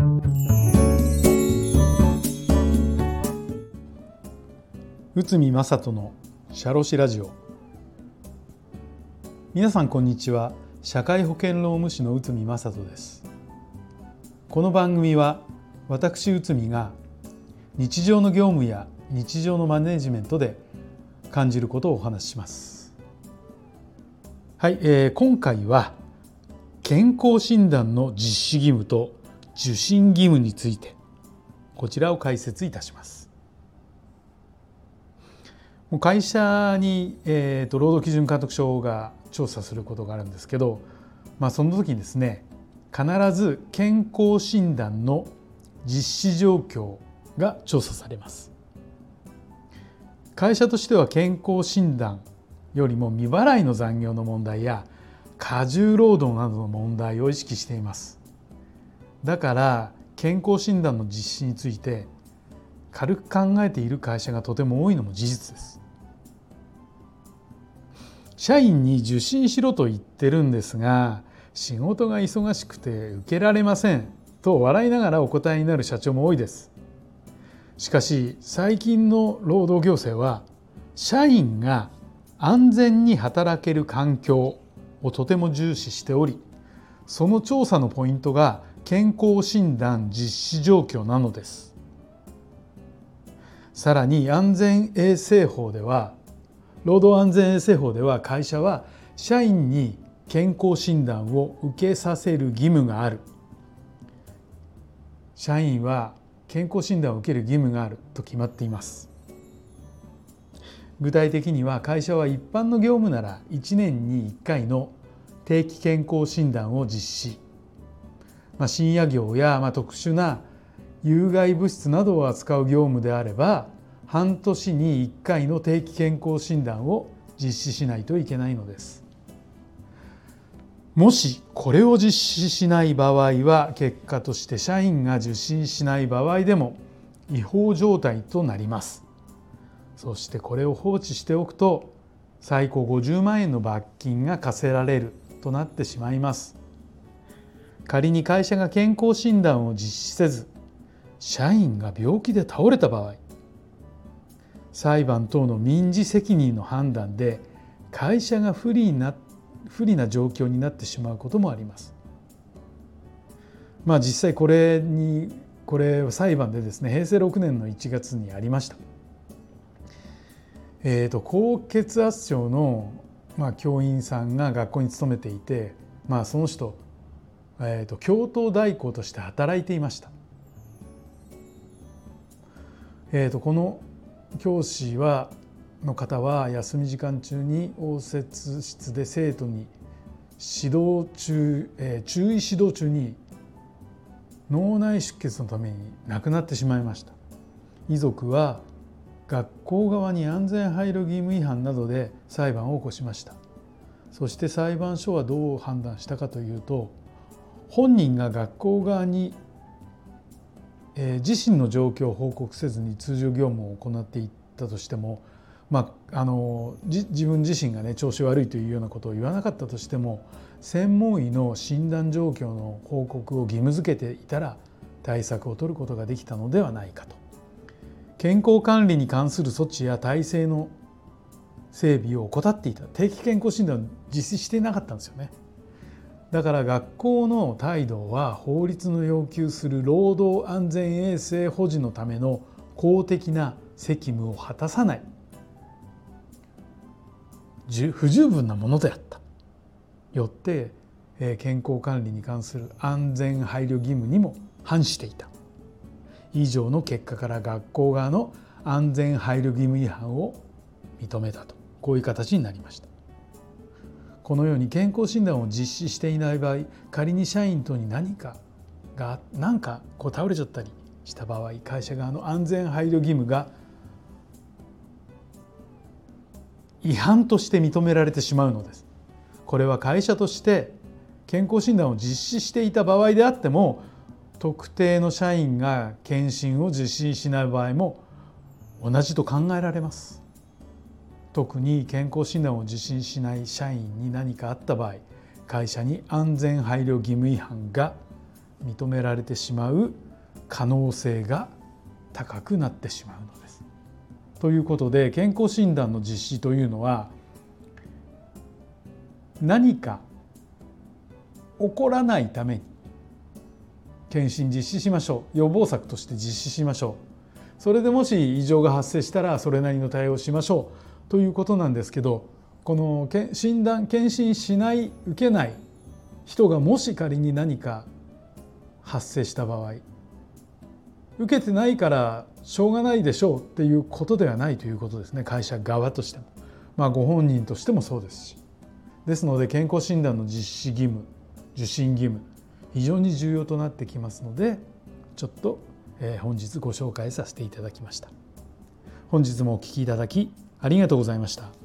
内海正人のシャロシラジオ。皆さんこんにちは。社会保険労務士の内海正人です。この番組は私内海が日常の業務や日常のマネジメントで感じることをお話しします。はい、今回は健康診断の実施義務と受診義務についてこちらを解説いたします。会社に、労働基準監督署が調査することがあるんですけど、その時にですね、必ず健康診断の実施状況が調査されます。会社としては健康診断よりも未払いの残業の問題や過重労働などの問題を意識しています。だから健康診断の実施について軽く考えている会社がとても多いのも事実です。社員に受診しろと言ってるんですが、仕事が忙しくて受けられませんと笑いながらお答えになる社長も多いです。しかし最近の労働行政は社員が安全に働ける環境をとても重視しており、その調査のポイントが健康診断実施状況なのです。さらに安全衛生法では、労働安全衛生法では会社は社員に健康診断を受けさせる義務がある。社員は健康診断を受ける義務があると決まっています。具体的には会社は一般の業務なら1年に1回の定期健康診断を実施。深夜業や特殊な有害物質などを扱う業務であれば半年に1回の定期健康診断を実施しないといけないのです。もしこれを実施しない場合は結果として社員が受診しない場合でも違法状態となります。そしてこれを放置しておくと最高50万円の罰金が課せられるとなってしまいます。仮に会社が健康診断を実施せず社員が病気で倒れた場合、裁判等の民事責任の判断で会社が不利な状況になってしまうこともあります。実際これ裁判でですね、平成6年の1月にありました。高血圧症の、教員さんが学校に勤めていて、その人、教頭代行として働いていました。この教師の方は休み時間中に応接室で生徒に注意指導中に脳内出血のために亡くなってしまいました。遺族は学校側に安全配慮義務違反などで裁判を起こしました。そして裁判所はどう判断したかというと、本人が学校側に自身の状況を報告せずに通常業務を行っていったとしても、自分自身が調子悪いというようなことを言わなかったとしても、専門医の診断状況の報告を義務付けていたら対策を取ることができたのではないかと。健康管理に関する措置や体制の整備を怠っていた。定期健康診断を実施していなかったんですよね。だから学校の態度は法律の要求する労働安全衛生保持のための公的な責務を果たさない不十分なものであった。よって健康管理に関する安全配慮義務にも反していた。以上の結果から学校側の安全配慮義務違反を認めたと、こういう形になりました。このように健康診断を実施していない場合、仮に社員等に何か倒れちゃったりした場合、会社側の安全配慮義務が違反として認められてしまうのです。これは会社として健康診断を実施していた場合であっても、特定の社員が検診を受診しない場合も同じと考えられます。特に健康診断を受診しない社員に何かあった場合、会社に安全配慮義務違反が認められてしまう可能性が高くなってしまうのです。ということで、健康診断の実施というのは、何か起こらないために検診実施しましょう。予防策として実施しましょう。それでもし異常が発生したらそれなりの対応をしましょうということなんですけど、この検診しない、受けない人がもし仮に何か発生した場合、受けてないからしょうがないでしょうっていうことではないということですね。会社側としても、ご本人としてもそうですし。ですので、健康診断の実施義務、受診義務、非常に重要となってきますので、ちょっと本日ご紹介させていただきました。本日もお聞きいただきありがとうございました。